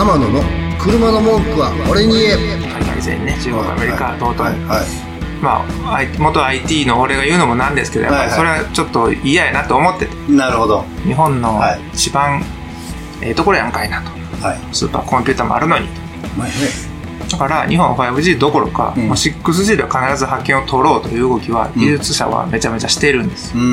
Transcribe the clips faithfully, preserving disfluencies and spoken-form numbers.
天野の車の文句は俺に言え。 海外勢ね、中国、アメリカ等々、 はいはいはい、 まあ、元 アイティー の俺が言うのもなんですけど、やっぱりそれはちょっと嫌やなと思ってて、 なるほど、 日本の一番ええところやんかいなと、はい、スーパーコンピューターもあるのにと、はい、だから日本は ファイブジー どころか、うん、もう シックスジー では必ず覇権を取ろうという動きは技術者はめちゃめちゃしてるんです、うん、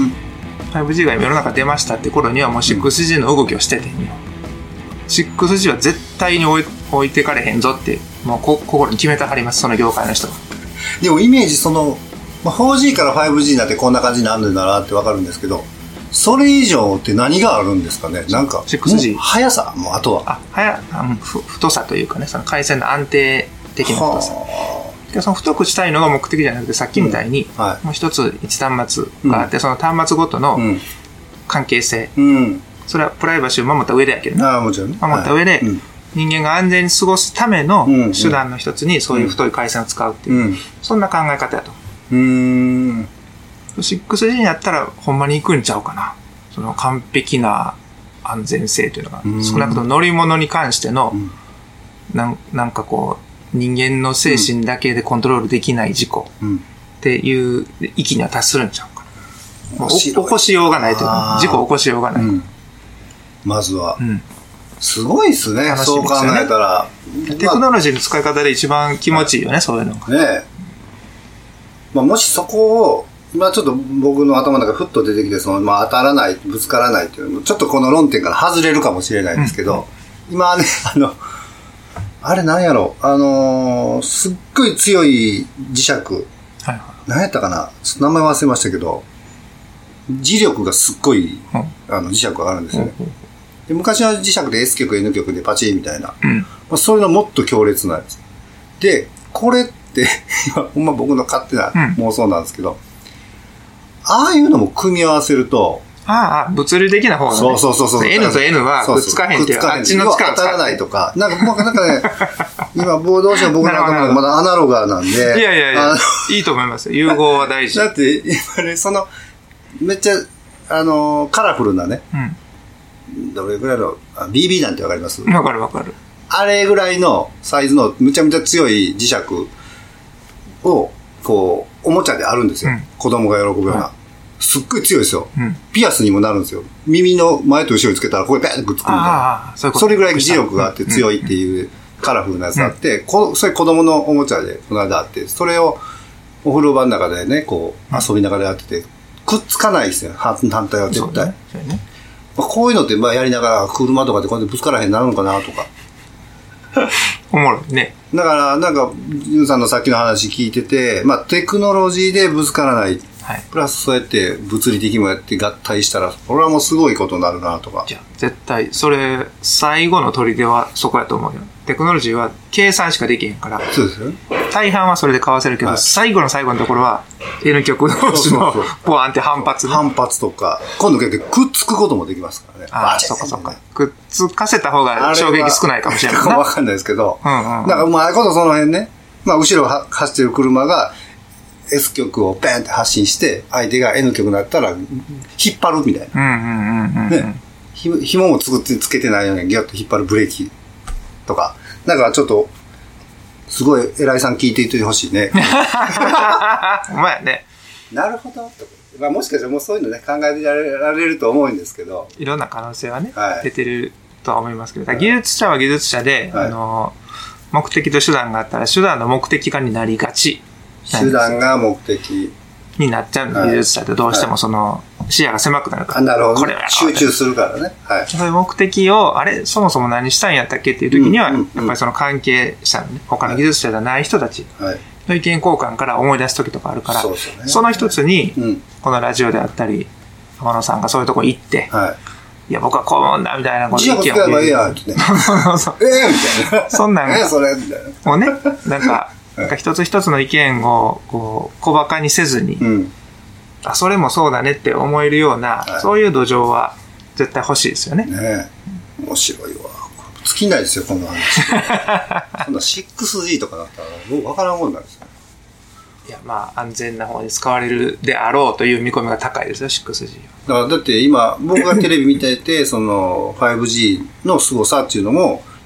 ファイブジー が世の中出ましたって頃にはもう シックスジー の動きをしてて、日本 シックスジー は絶対に置い、置いてかれへんぞってもうこ心に決めてはります、その業界の人が。 でもイメージその、まあ、フォージー から ファイブジー になってこんな感じになるんだなって分かるんですけど、それ以上って何があるんですかね。なんかシックスジー速さもあとはあ速あふ太さというかね、その回線の安定的な太さ、その太くしたいのが目的じゃなくて、さっきみたいに、うんはい、もう一つ一端末があって、うん、その端末ごとの関係性、うん、それはプライバシーを守った上でやけどね、あもちろんね守った上で、はいうん、人間が安全に過ごすための手段の一つにそういう太い回線を使うっていう、うん、そんな考え方やと。うーん シックスジー になったらほんまに行くんちゃうかな、その完璧な安全性というのが、少なくとも乗り物に関しての、うん、なん、なんかこう人間の精神だけでコントロールできない事故っていう域には達するんちゃうかな、もう起こしようがないというか、事故を起こしようがない、うん、まずは、うん、すごいですね、そう考えたらテクノロジーの使い方で一番気持ちいいよね、そういうのがね。 まあ、もしそこを今ちょっと僕の頭の中でふっと出てきて、その、まあ、当たらない、ぶつからないっていうのもちょっとこの論点から外れるかもしれないんですけど、うん、今ね、あのあれなんやろ、あのー、すっごい強い磁石、はいはい、何やったかな、名前忘れましたけど、磁力がすっごい、うん、あの磁石があるんですよね、うん、で昔の磁石で S 極 N 極でパチンみたいな、うんまあ、そういうのもっと強烈なやつで、これってほんま僕の勝手な妄想なんですけど、うん、ああいうのも組み合わせると、 ああ、物理的な方の、ね、 そうそうそうそう。 N と N はくっつかへんっていう、あっちの力当たらないとか。なんか、なんかね、今、どうしても僕の頭がまだアナロガーなんで。いやいやいや、いいと思いますよ。融合は大事。 だって、今ね、その、めっちゃ、あの、カラフルなね、うん、どれぐらいの、ビービー なんてわかります？ わかるわかる。 あれぐらいのサイズのむちゃむちゃ強い磁石を、こう、おもちゃであるんですよ。うん、子供が喜ぶような。すっごい強いですよ、うん。ピアスにもなるんですよ。耳の前と後ろにつけたらこれペンってくっつくみたいな。そ, それぐらい磁力があって強いっていうカラフルなやつがあって、うん、こそれ子供のおもちゃでこの間あって、それをお風呂場の中でね、こう遊びながらやってて、くっつかないですよ。反対は絶対。ねねまあ、こういうのってまあやりながら車とかでこうやってぶつからへんなるのかなとか。 おもろいね。 だからなんかユンさんのさっきの話聞いてて、まあテクノロジーでぶつからない。はい、プラスそうやって物理的にもやって合体したら、これはもうすごいことになるなとか。 じゃ絶対それ最後の砦はそこやと思うよ。テクノロジーは計算しかできへんから。 そうですよ。 大半はそれでかわせるけど、はい、最後の最後のところは N 極同士のポワンって反発、ね、 反発とか、今度逆にくっつくこともできますからね。 ああ、そっかそっか。くっつかせた方が衝撃少ないかもしれないな。 わかんないですけど、うんうん、なんかうまいことその辺ね、まあ後ろを走ってる車が。S 極をペンって発信して相手が N 極になったら引っ張るみたいな、ね、紐もつくつけてないようにギュッと引っ張るブレーキとか、なんかちょっとすごい偉いさん聞いていてほしいね。 お前ね。 なるほどと、まあ、もしかしたらもうそういうのね考えられられると思うんですけど、 いろんな可能性はね、はい、出てるとは思いますけど、技術者は技術者で、はい、あの目的と手段があったら手段の目的化になりがち。 手段が目的になっちゃうの、はい、技術者ってどうしてもその視野が狭くなるから、 はい、なるほど、これは集中するからね、はい、 そういう目的をあれそもそも何したんやったっけっていう時には、うんうんうん、やっぱりその関係者のね他の技術者じゃない人たちの意見交換から思い出す時とかあるから、はい、その一つに、うん、このラジオであったり天野さんがそういうとこ行って、はい、いや僕はこう思うんだみたいなこと意見を言う。 自由を使えばいいやんってね。ええみたいな。 そんなんええそれみたいな。 もうねなんか。なんか一つ一つの意見をこう小馬鹿にせずに、うん、あそれもそうだねって思えるような、はい、そういう土壌は絶対欲しいですよね。ねえ面白いわ。尽きないですよこの話。今度 シックスジー とかだったらもう分からんもんなんですよ。 いやまあ安全な方に使われるであろうという見込みが高いですよ シックスジー は。 だからだって今僕がテレビ見ててその ファイブジー の凄さっていうのも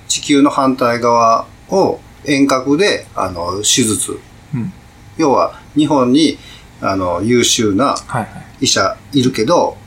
地球の反対側を遠隔で、あの、手術。うん、要は、日本に、あの、優秀な医者いるけど、はいはい、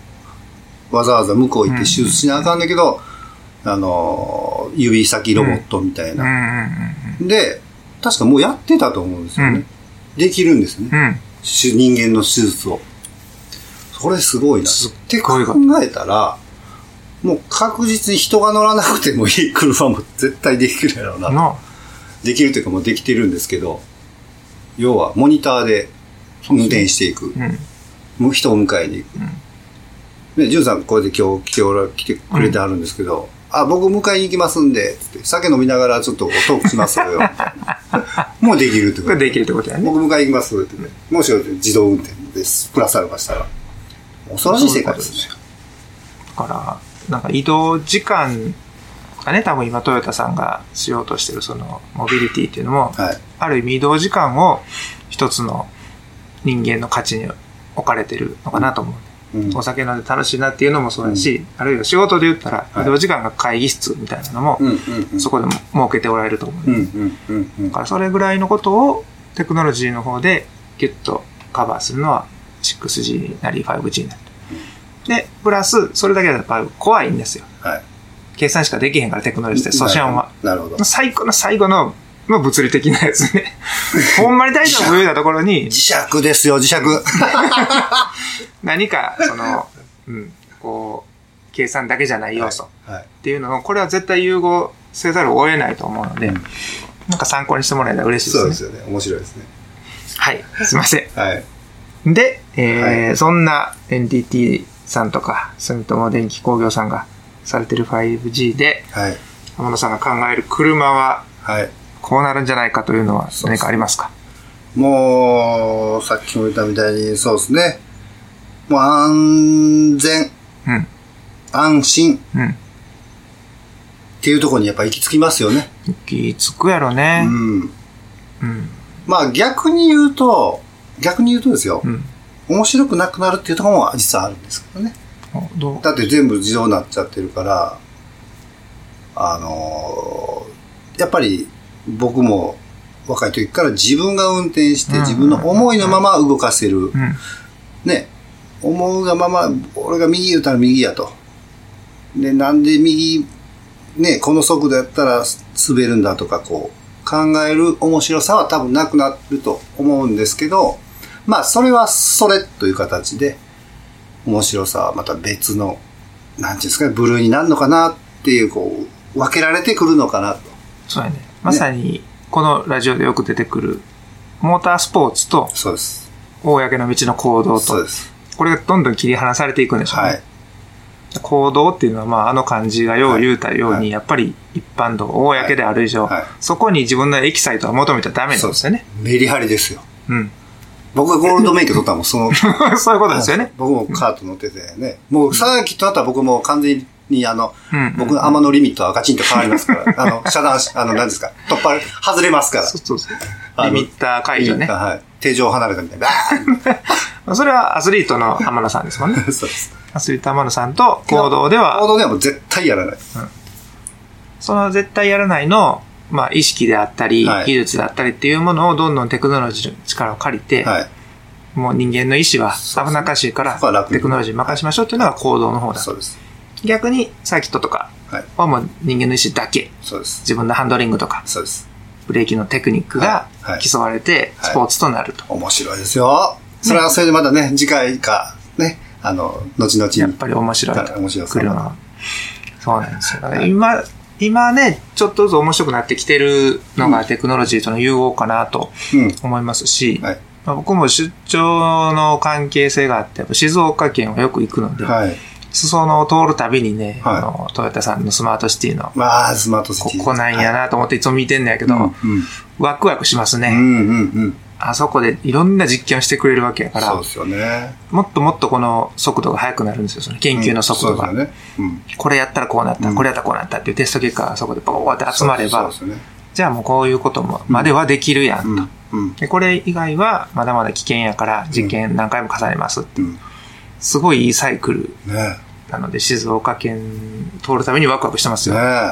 わざわざ向こう行って手術しなあかんだけど、うん、あの、指先ロボットみたいな、うん。で、確かもうやってたと思うんですよね。うん、できるんですね、うん。人間の手術を。それすごいな。って考えたら、もう確実に人が乗らなくてもいい車も絶対できるやろうな。なできるというかもうできてるんですけど、要はモニターで運転していく。うん、人を迎えに行く。うん、で、ジュンさんこれで今日来ておら、来てくれてあるんですけど、うん、あ、僕迎えに行きますんで、つって酒飲みながらちょっとトークしますよ。もうできるってこと。 できるってことやね。 僕迎えに行きますって、ね。もし自動運転です。プラスアルファしたら。恐ろしい世界ですね。 だから、なんか移動時間がね、多分今トヨタさんがしようとしてるそのモビリティっていうのも、はい、ある意味移動時間を一つの人間の価値に置かれてるのかなと思う、うん、お酒飲んで楽しいなっていうのもそうだし、うん、あるいは仕事で言ったら移動時間が会議室みたいなのも、はい、そこでも設けておられると思う、うんうん、だからそれぐらいのことをテクノロジーの方でギュッとカバーするのは シックスジー なり ファイブジー なりで、プラス、それだけだとやっぱ怖いんですよ。はい。計算しかできへんから、テクノロジーって、ソシャンは。 なるほど。 最後の最後の、の物理的なやつね。ほんまに大丈夫なところに。 磁石ですよ、磁石。 何か、その、うん、こう、計算だけじゃない要素。はい。はい、っていうのを、これは絶対融合せざるを得ないと思うので、うん、なんか参考にしてもらえたら嬉しいですね。 そうですよね。面白いですね。 はい。すいません。 はい。 で、えーはい、そんな エヌティーティー、さんとか住友電機工業さんがされてる ファイブジー で、はい、天野さんが考える車はこうなるんじゃないかというのは何かありますか？ もうさっきも言ったみたいにそうですね、もう安全、うん、安心、うん、っていうところにやっぱ行き着きますよね。 行き着くやろね、うんうん、まあ逆に言うと逆に言うとですよ、うん、面白くなくなるっていうところも実はあるんですけどね。どうだって全部自動になっちゃってるから、あのー、やっぱり僕も若い時から自分が運転して自分の思いのまま動かせる。うん、ね。思うがまま、俺が右言うたら右やと。で、なんで右、ね、この速度やったら滑るんだとかこう考える面白さは多分なくなると思うんですけど、まあ、それはそれという形で、面白さはまた別の、なんていうんですかね、部類になるのかなっていう、こう、分けられてくるのかなと。 そうやね。まさに、このラジオでよく出てくる、モータースポーツと、 そうです。 公の道の行動と、 そうです。 これがどんどん切り離されていくんでしょうね。はい。行動っていうのは、まあ、あの漢字がよう言うたように、はい、やっぱり一般道、公である以上、はいはい、そこに自分のエキサイトを求めちゃダメなんですよね。 メリハリですよ。うん。僕がゴールド免許取ったのもそのそういうことですよね。 僕もカート乗っててね、もうさっきとなったら僕も完全にあの、うん、僕の天のリミットはガチンと変わりますから、あの遮断あの何ですか突破外れますから。 そうそうそう。リミッター解除ね。 はい。手錠離れたみたいな。 バーンそれはアスリートの天野さんですもんね。 そうです。 アスリート天野さんと行動では行動ではもう絶対やらない。うん、 その絶対やらないの。まあ、意識であったり、はい、技術であったりっていうものをどんどんテクノロジーの力を借りて、はい、もう人間の意思は危なっかしいからテクノロジーに任しましょうっていうのが行動の方だ。 そうです。 逆にサーキットとかはもう人間の意思だけ。 そうです。 自分のハンドリングとか、 そうです。 ブレーキのテクニックが競われてスポーツとなると。 はいはい、面白いですよ。それはそれでまだね、次回か、ね、あの、後々に。 やっぱり面白いと。 面白い。 車。そうなんですよ。だから今、今ね、ちょっとずつ面白くなってきてるのがテクノロジーとの融合かなと思いますし、うんはいまあ、僕も出張の関係性があって、静岡県はよく行くので、はい、裾野を通るたびにね、はい、あのトヨタさんのスマートシティの、 まあ、スマートシティ。 ここなんやなと思っていつも見てんだけど、はいうんうん、ワクワクしますね、 うんうんうん。 あそこでいろんな実験をしてくれるわけやから、 そうですよね。 もっともっとこの速度が速くなるんですよ、その研究の速度が。うんそうですよねうん、これやったらこうなった、うん、これやったらこうなったっていうテスト結果がそこでボーって集まれば、そうですね、じゃあもうこういうこともまではできるやんと。うんうん、でこれ以外はまだまだ危険やから実験何回も重ねますって、うん、すごいいいサイクルなので、静岡県通るためにワクワクしてますよ。 ね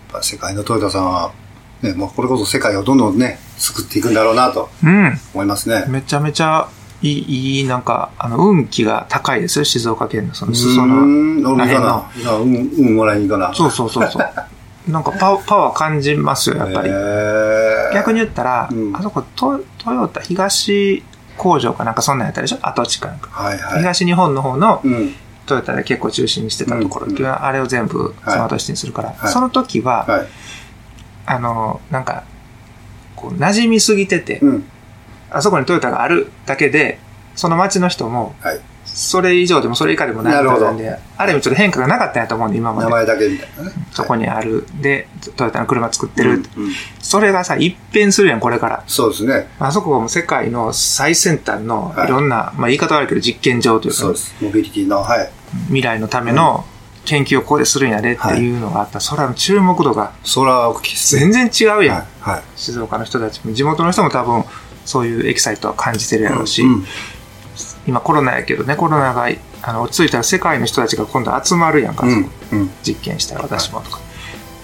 ぱ世界のトヨタさんは、ね、もうこれこそ世界をどんどんね、作っていくんだろうなと思いますね。 うん、めちゃめちゃいい、いい、なんか、あの、運気が高いですよ、静岡県のその裾野。 うん、俺もいいかな。運、運もらいに行かな。 そうそうそうそう。なんかパワー、パワー感じますよ、やっぱり。逆に言ったら、うん、あそこト、トヨタ東工場かなんかそんなんやったでしょ、跡地かなんか。はいはい、東日本の方の、うんトヨタで結構中心にしてたところっていうのは、あれを全部スマートシティにするから、はい、その時は、はい、あの、なんか、こう、馴染みすぎてて、うん、あそこにトヨタがあるだけで、その街の人も、はい、それ以上でもそれ以下でもないみたいなんで、ある意味ちょっと変化がなかったんやと思うんで、今まで。 名前だけみたいなね。 そこにある。で、トヨタの車作ってる。うんうん、それがさ、一変するやん、これから。 そうですね。 あそこも世界の最先端のいろんな、はい、まあ言い方悪いけど実験場というか、 そうです。モビリティの、はい。 未来のための研究をここでするんやでっていうのがあったら、それは注目度が全然違うやん、はいはい、静岡の人たちも地元の人も多分そういうエキサイトは感じてるやろうし、うんうん、今コロナやけどね、コロナがあの落ち着いたら世界の人たちが今度集まるやんか、うんうん、実験したい私もとか、はい、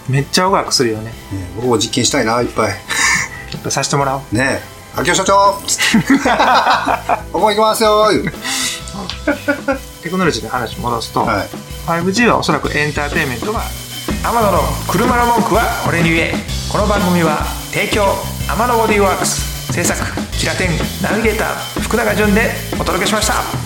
めっちゃワクワクするよね。ね、 僕も実験したいな、いっぱいやっぱさせてもらおうね。え、秋吉社長ここ行きますよテクノロジーの話戻すと、はい、ファイブジー はおそらくエンターテインメントが天野の車の文句は俺に言え。この番組は提供天野ボディーワークス、制作キラテンナビゲーター福永潤でお届けしました。